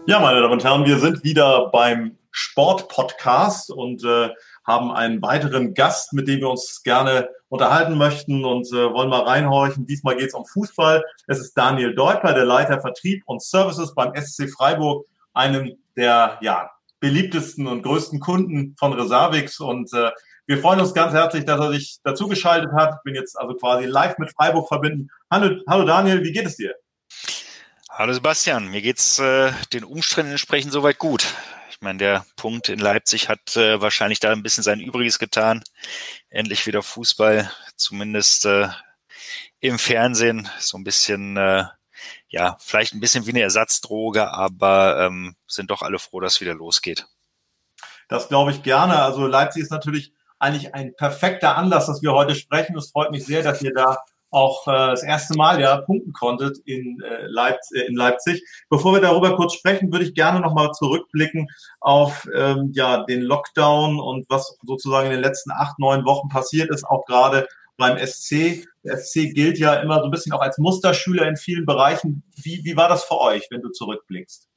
Ja, meine Damen und Herren, wir sind wieder beim Sport-Podcast und haben einen weiteren Gast, mit dem wir uns gerne unterhalten möchten und wollen mal reinhorchen. Diesmal geht es um Fußball. Es ist Daniel Deupler, der Leiter Vertrieb und Services beim SC Freiburg, einem der beliebtesten und größten Kunden von Reservix. Und wir freuen uns ganz herzlich, dass er sich dazugeschaltet hat. Ich bin jetzt also quasi live mit Freiburg verbinden. Hallo Daniel, wie geht es dir? Hallo Sebastian, mir geht's den Umständen entsprechend soweit gut. Ich meine, der Punkt in Leipzig hat wahrscheinlich da ein bisschen sein Übriges getan. Endlich wieder Fußball, zumindest im Fernsehen, so ein bisschen, vielleicht ein bisschen wie eine Ersatzdroge, aber sind doch alle froh, dass es wieder losgeht. Das glaube ich gerne. Also Leipzig ist natürlich eigentlich ein perfekter Anlass, dass wir heute sprechen. Es freut mich sehr, dass ihr da auch das erste Mal punkten konntet in Leipzig. Bevor wir darüber kurz sprechen, würde ich gerne nochmal zurückblicken auf den Lockdown und was sozusagen in den letzten 8, 9 Wochen passiert ist, auch gerade beim SC. Der SC gilt ja immer so ein bisschen auch als Musterschüler in vielen Bereichen. Wie war das für euch, wenn du zurückblickst?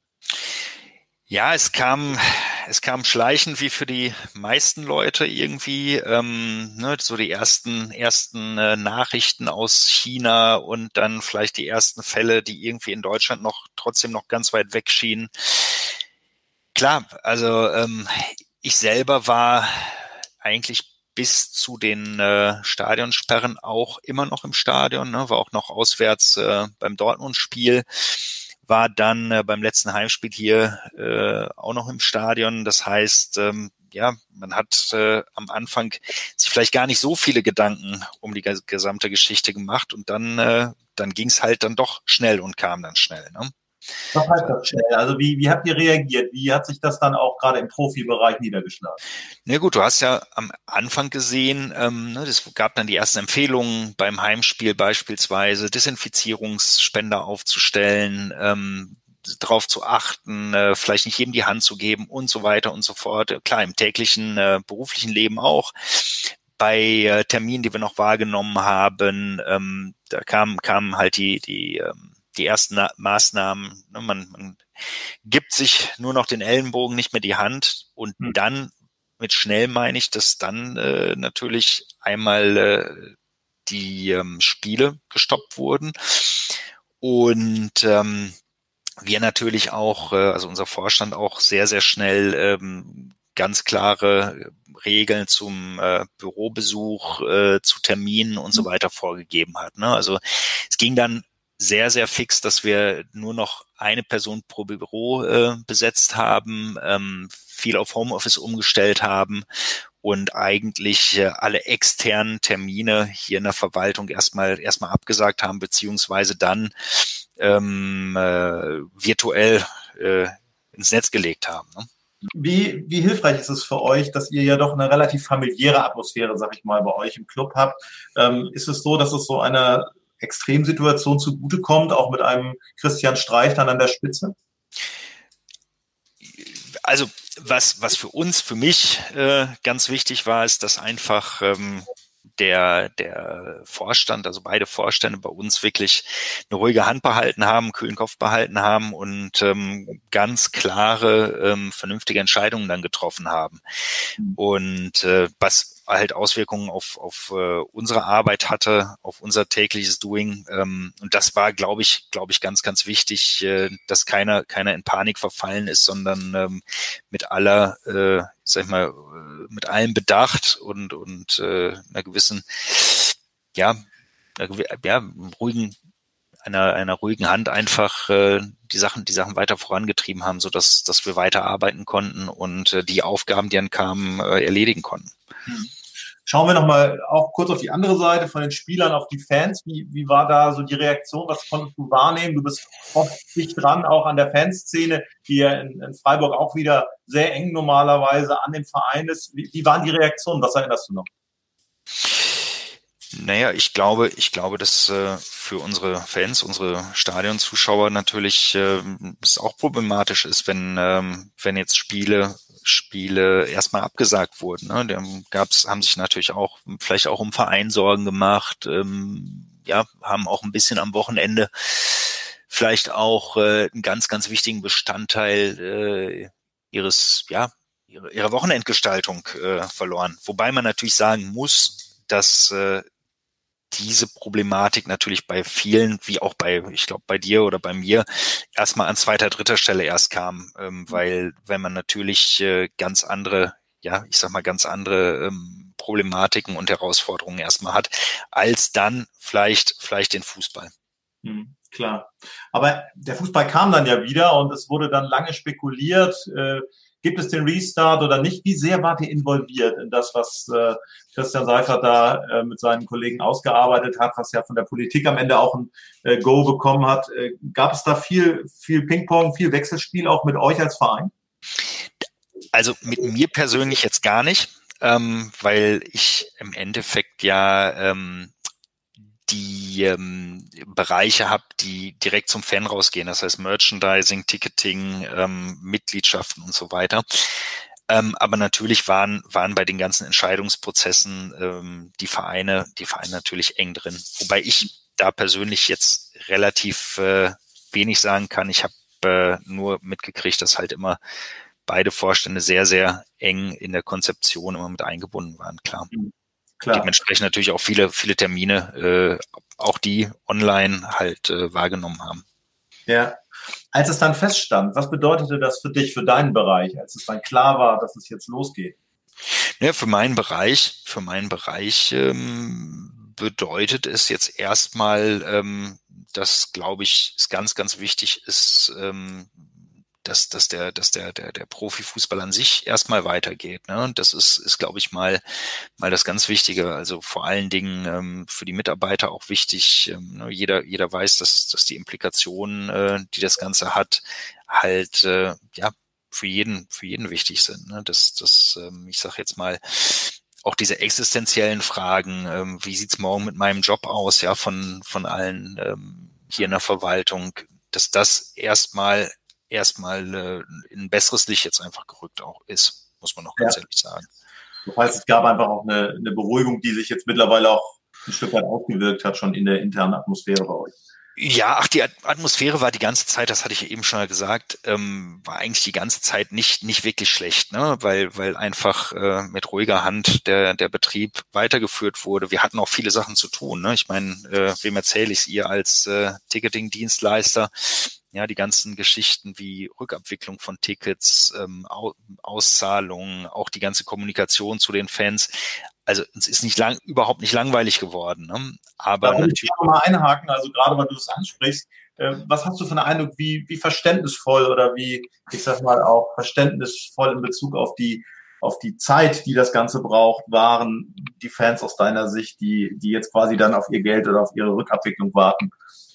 Ja, es kam schleichend wie für die meisten Leute irgendwie, so die ersten Nachrichten aus China und dann vielleicht die ersten Fälle, die irgendwie in Deutschland trotzdem noch ganz weit weg schienen. Klar, also ich selber war eigentlich bis zu den Stadionsperren auch immer noch im Stadion, war auch noch auswärts beim Dortmund-Spiel. War dann beim letzten Heimspiel hier auch noch im Stadion. Das heißt, man hat am Anfang sich vielleicht gar nicht so viele Gedanken um die gesamte Geschichte gemacht und dann ging es halt dann doch schnell und kam dann schnell. Ne? Was heißt das schnell? Also wie habt ihr reagiert? Wie hat sich das dann auch gerade im Profibereich niedergeschlagen? Na gut, du hast ja am Anfang gesehen, es gab dann die ersten Empfehlungen beim Heimspiel beispielsweise, Desinfizierungsspender aufzustellen, darauf zu achten, vielleicht nicht jedem die Hand zu geben und so weiter und so fort. Klar, im täglichen beruflichen Leben auch. Bei Terminen, die wir noch wahrgenommen haben, da kamen halt die ersten Maßnahmen. Ne? Man gibt sich nur noch den Ellenbogen, nicht mehr die Hand. Und dann, mit schnell meine ich, dass dann natürlich einmal die Spiele gestoppt wurden. Und wir natürlich auch, also unser Vorstand auch sehr, sehr schnell ganz klare Regeln zum Bürobesuch, zu Terminen und so weiter vorgegeben hat. Ne? Also es ging dann sehr, sehr fix, dass wir nur noch eine Person pro Büro besetzt haben, viel auf Homeoffice umgestellt haben und eigentlich alle externen Termine hier in der Verwaltung erstmal abgesagt haben, beziehungsweise dann virtuell ins Netz gelegt haben. Ne? Wie hilfreich ist es für euch, dass ihr ja doch eine relativ familiäre Atmosphäre, sag ich mal, bei euch im Club habt? Ist es so, dass es so einer Extremsituation zugutekommt, auch mit einem Christian Streich dann an der Spitze? Also was für mich ganz wichtig war, ist, dass einfach der Vorstand, also beide Vorstände bei uns wirklich eine ruhige Hand behalten haben, kühlen Kopf behalten haben und ganz klare, vernünftige Entscheidungen dann getroffen haben. Und was halt Auswirkungen auf unsere Arbeit hatte, auf unser tägliches Doing. Und das war, glaube ich, ganz, ganz wichtig, dass keiner in Panik verfallen ist, sondern mit aller, mit allem Bedacht und einer gewissen, einer ruhigen Hand einfach die Sachen weiter vorangetrieben haben, so dass wir weiter arbeiten konnten und die Aufgaben, die dann kamen, erledigen konnten. Schauen wir nochmal auch kurz auf die andere Seite von den Spielern, auf die Fans. Wie war da so die Reaktion? Was konntest du wahrnehmen? Du bist oft dicht dran, auch an der Fanszene, die ja in Freiburg auch wieder sehr eng normalerweise an dem Verein ist. Wie waren die Reaktionen? Was erinnerst du noch? Naja, ich glaube, dass für unsere Fans, unsere Stadionzuschauer natürlich es auch problematisch ist, wenn jetzt Spiele erstmal abgesagt wurden. Ne? Haben sich natürlich auch vielleicht auch um Verein Sorgen gemacht, haben auch ein bisschen am Wochenende vielleicht auch einen ganz, ganz wichtigen Bestandteil ihrer Wochenendgestaltung verloren. Wobei man natürlich sagen muss, dass diese Problematik natürlich bei vielen, wie auch ich glaube bei dir oder bei mir, erstmal an zweiter, dritter Stelle erst kam, weil wenn man natürlich ganz andere, ganz andere Problematiken und Herausforderungen erstmal hat, als dann vielleicht den Fußball. Klar. Aber der Fußball kam dann ja wieder und es wurde dann lange spekuliert, gibt es den Restart oder nicht? Wie sehr wart ihr involviert in das, was Christian Seifert da mit seinen Kollegen ausgearbeitet hat, was ja von der Politik am Ende auch ein Go bekommen hat? Gab es da viel Ping-Pong, viel Wechselspiel auch mit euch als Verein? Also mit mir persönlich jetzt gar nicht, weil ich im Endeffekt die Bereiche habe, die direkt zum Fan rausgehen. Das heißt Merchandising, Ticketing, Mitgliedschaften und so weiter. Aber natürlich waren bei den ganzen Entscheidungsprozessen die Vereine natürlich eng drin. Wobei ich da persönlich jetzt relativ wenig sagen kann. Ich habe nur mitgekriegt, dass halt immer beide Vorstände sehr, sehr eng in der Konzeption immer mit eingebunden waren, klar. Klar. Dementsprechend natürlich auch viele Termine, auch die online halt wahrgenommen haben. Ja. Als es dann feststand, was bedeutete das für dich, für deinen Bereich, als es dann klar war, dass es jetzt losgeht? Ja, für meinen Bereich bedeutet es jetzt erstmal, dass, glaube ich, es ganz, ganz wichtig ist, dass der Profifußball an sich erstmal weitergeht. Ne? Und das ist, glaube ich, mal das ganz Wichtige. Also vor allen Dingen für die Mitarbeiter auch wichtig. Jeder weiß, dass die Implikationen, die das Ganze hat, halt für jeden wichtig sind. Ne? Ich sage jetzt mal, auch diese existenziellen Fragen, wie sieht's morgen mit meinem Job aus, ja, von allen hier in der Verwaltung, dass das erstmal in ein besseres Licht jetzt einfach gerückt auch ist, muss man auch ganz ehrlich sagen. Das heißt, es gab einfach auch eine Beruhigung, die sich jetzt mittlerweile auch ein Stück weit ausgewirkt hat, schon in der internen Atmosphäre bei euch. Ja, die Atmosphäre war die ganze Zeit, das hatte ich eben schon mal gesagt, war eigentlich die ganze Zeit nicht wirklich schlecht, ne? Weil einfach mit ruhiger Hand der Betrieb weitergeführt wurde. Wir hatten auch viele Sachen zu tun, ne? Ich meine, wem erzähle ich es, ihr als Ticketing-Dienstleister? Ja, die ganzen Geschichten wie Rückabwicklung von Tickets, Auszahlungen, auch die ganze Kommunikation zu den Fans. Also es ist überhaupt nicht langweilig geworden. Ne? Aber da natürlich. Ich kann mal einhaken, also gerade weil du das ansprichst, was hast du für einen Eindruck, wie verständnisvoll oder wie, ich sag mal, auch verständnisvoll in Bezug auf die Zeit, die das Ganze braucht, waren die Fans aus deiner Sicht, die jetzt quasi dann auf ihr Geld oder auf ihre Rückabwicklung warten?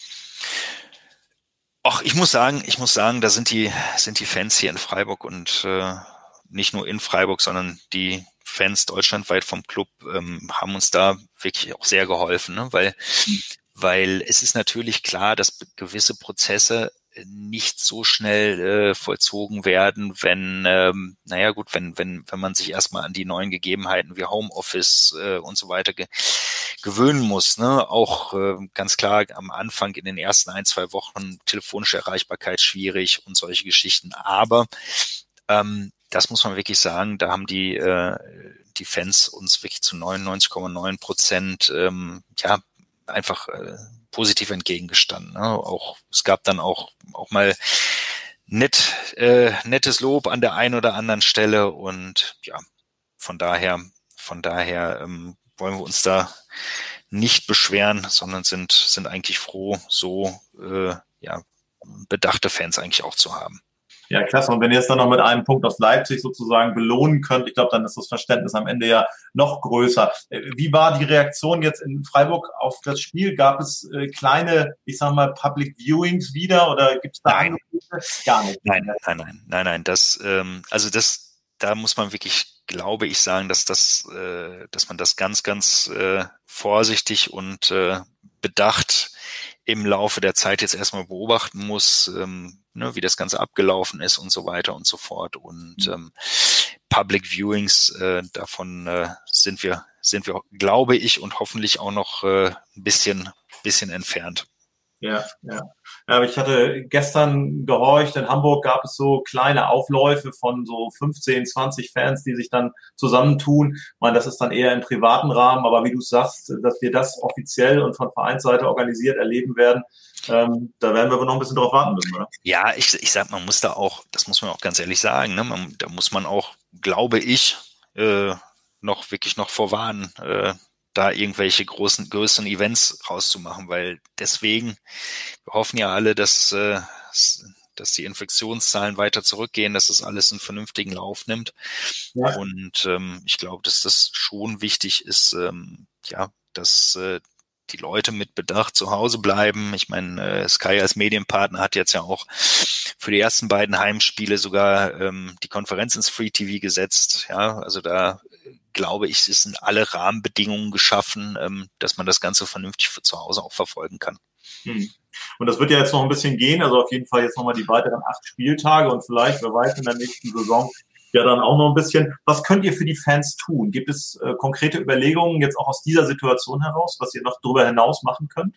Ach, ich muss sagen, da sind die Fans hier in Freiburg und nicht nur in Freiburg, sondern die Fans deutschlandweit vom Club haben uns da wirklich auch sehr geholfen, ne? Weil es ist natürlich klar, dass gewisse Prozesse nicht so schnell vollzogen werden, wenn wenn man sich erstmal an die neuen Gegebenheiten wie Homeoffice und so weiter gewöhnen muss. Ne? Auch ganz klar am Anfang in den ersten 1-2 Wochen telefonische Erreichbarkeit schwierig und solche Geschichten. Aber das muss man wirklich sagen, da haben die Fans uns wirklich zu 99,9% einfach positiv entgegengestanden. Ne? Auch es gab dann auch mal nettes Lob an der einen oder anderen Stelle und ja, von daher wollen wir uns da nicht beschweren, sondern sind eigentlich froh, so bedachte Fans eigentlich auch zu haben. Ja, klasse. Und wenn ihr es dann noch mit einem Punkt aus Leipzig sozusagen belohnen könnt, ich glaube, dann ist das Verständnis am Ende ja noch größer. Wie war die Reaktion jetzt in Freiburg auf das Spiel? Gab es kleine, ich sag mal, Public Viewings wieder oder gibt es da Angebote? Gar nicht. Nein. Da muss man wirklich, glaube ich, sagen, dass man das ganz, ganz vorsichtig und bedacht im Laufe der Zeit jetzt erstmal beobachten muss, wie das Ganze abgelaufen ist und so weiter und so fort. Und Public Viewings, davon sind wir, glaube ich, und hoffentlich auch noch ein bisschen entfernt. Ja, ja. Aber ich hatte gestern gehorcht, in Hamburg gab es so kleine Aufläufe von so 15, 20 Fans, die sich dann zusammentun. Ich meine, das ist dann eher im privaten Rahmen, aber wie du sagst, dass wir das offiziell und von Vereinsseite organisiert erleben werden, da werden wir wohl noch ein bisschen drauf warten müssen, oder? Ja, ich sag, man muss da auch, das muss man auch ganz ehrlich sagen, ne, da muss man auch, glaube ich, noch vorwarnen, da irgendwelche größeren Events rauszumachen, weil deswegen, wir hoffen ja alle, dass die Infektionszahlen weiter zurückgehen, dass das alles einen vernünftigen Lauf nimmt. Ja. Und ich glaube, dass das schon wichtig ist, ja, dass die Leute mit Bedacht zu Hause bleiben. Ich meine, Sky als Medienpartner hat jetzt ja auch für die ersten beiden Heimspiele sogar die Konferenz ins Free TV gesetzt. Ja, also da glaube ich, es sind alle Rahmenbedingungen geschaffen, dass man das Ganze vernünftig für zu Hause auch verfolgen kann. Und das wird ja jetzt noch ein bisschen gehen, also auf jeden Fall jetzt nochmal die weiteren 8 Spieltage und vielleicht, wer weiß, in der nächsten Saison ja dann auch noch ein bisschen. Was könnt ihr für die Fans tun? Gibt es konkrete Überlegungen jetzt auch aus dieser Situation heraus, was ihr noch darüber hinaus machen könnt?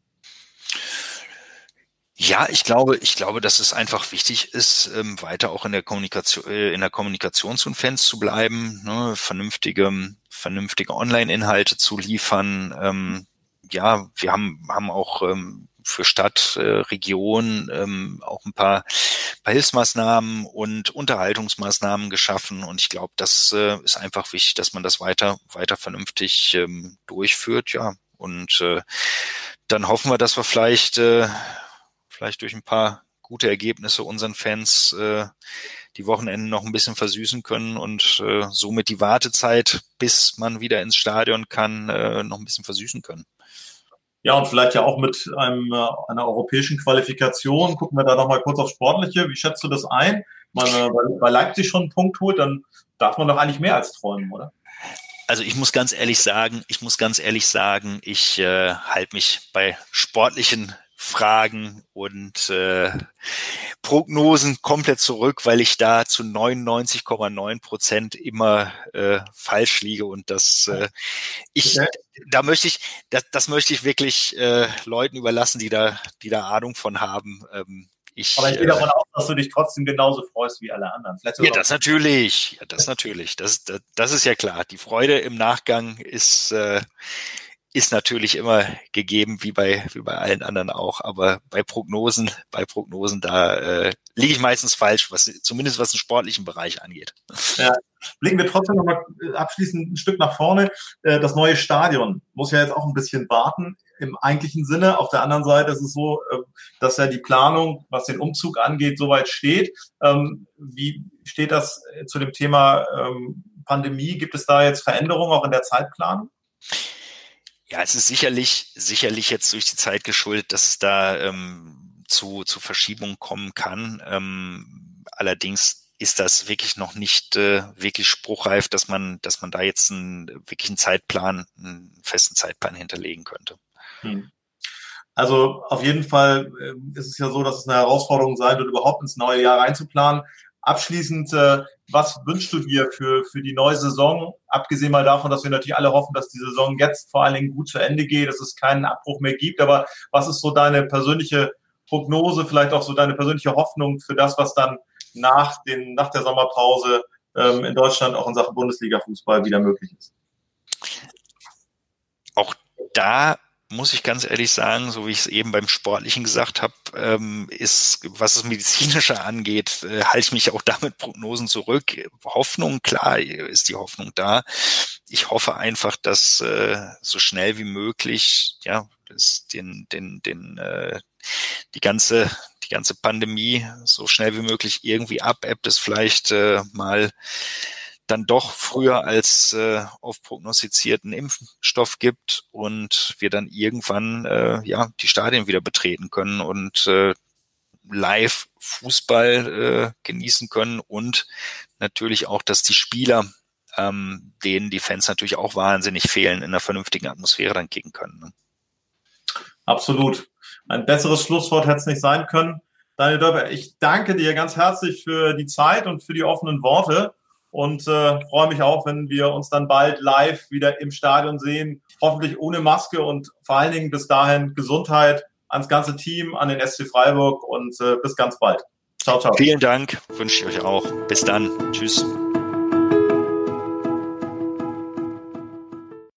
Ja, ich glaube, dass es einfach wichtig ist, weiter auch in der Kommunikation zu den Fans zu bleiben, ne, vernünftige Online-Inhalte zu liefern. Ja, wir haben auch für Stadt, Region auch ein paar Hilfsmaßnahmen und Unterhaltungsmaßnahmen geschaffen. Und ich glaube, das ist einfach wichtig, dass man das weiter vernünftig durchführt. Ja, und dann hoffen wir, dass wir vielleicht durch ein paar gute Ergebnisse unseren Fans die Wochenenden noch ein bisschen versüßen können und somit die Wartezeit, bis man wieder ins Stadion kann, noch ein bisschen versüßen können. Ja, und vielleicht ja auch mit einer europäischen Qualifikation. Gucken wir da nochmal kurz aufs Sportliche. Wie schätzt du das ein? Ich meine, wenn man bei Leipzig schon einen Punkt holt, dann darf man doch eigentlich mehr als träumen, oder? Also ich muss ganz ehrlich sagen, ich halte mich bei sportlichen Fragen und Prognosen komplett zurück, weil ich da zu 99,9% immer falsch liege und das möchte ich wirklich Leuten überlassen, die da Ahnung von haben. Aber ich gehe davon aus, dass du dich trotzdem genauso freust wie alle anderen. Ja, das natürlich. Das ist ja klar. Die Freude im Nachgang ist natürlich immer gegeben, wie bei allen anderen auch. Aber bei Prognosen, da liege ich meistens falsch, zumindest was den sportlichen Bereich angeht. Ja. Blicken wir trotzdem noch mal abschließend ein Stück nach vorne. Das neue Stadion muss ja jetzt auch ein bisschen warten im eigentlichen Sinne. Auf der anderen Seite ist es so, dass ja die Planung, was den Umzug angeht, soweit steht. Wie steht das zu dem Thema Pandemie? Gibt es da jetzt Veränderungen auch in der Zeitplanung? Ja, es ist sicherlich jetzt durch die Zeit geschuldet, dass es da zu Verschiebungen kommen kann. Allerdings ist das wirklich noch nicht wirklich spruchreif, dass man da jetzt einen festen Zeitplan hinterlegen könnte. Also auf jeden Fall ist es ja so, dass es eine Herausforderung sein wird, überhaupt ins neue Jahr reinzuplanen. Abschließend, was wünschst du dir für die neue Saison? Abgesehen mal davon, dass wir natürlich alle hoffen, dass die Saison jetzt vor allen Dingen gut zu Ende geht, dass es keinen Abbruch mehr gibt. Aber was ist so deine persönliche Prognose, vielleicht auch so deine persönliche Hoffnung für das, was dann nach der Sommerpause in Deutschland auch in Sachen Bundesliga-Fußball wieder möglich ist? Auch da muss ich ganz ehrlich sagen, so wie ich es eben beim Sportlichen gesagt habe, ist, was das Medizinische angeht, halte ich mich auch damit Prognosen zurück. Hoffnung, klar, ist die Hoffnung da. Ich hoffe einfach, dass so schnell wie möglich, ja, die ganze Pandemie so schnell wie möglich irgendwie abebbt, es vielleicht mal dann doch früher als oft prognostizierten Impfstoff gibt und wir dann irgendwann die Stadien wieder betreten können und live Fußball genießen können und natürlich auch, dass die Spieler, denen die Fans natürlich auch wahnsinnig fehlen, in einer vernünftigen Atmosphäre dann kicken können. Ne? Absolut. Ein besseres Schlusswort hätte es nicht sein können. Daniel Dörper, ich danke dir ganz herzlich für die Zeit und für die offenen Worte. Und freue mich auch, wenn wir uns dann bald live wieder im Stadion sehen, hoffentlich ohne Maske und vor allen Dingen bis dahin Gesundheit, ans ganze Team, an den SC Freiburg und bis ganz bald. Ciao, ciao. Vielen Dank, wünsche ich euch auch. Bis dann. Tschüss.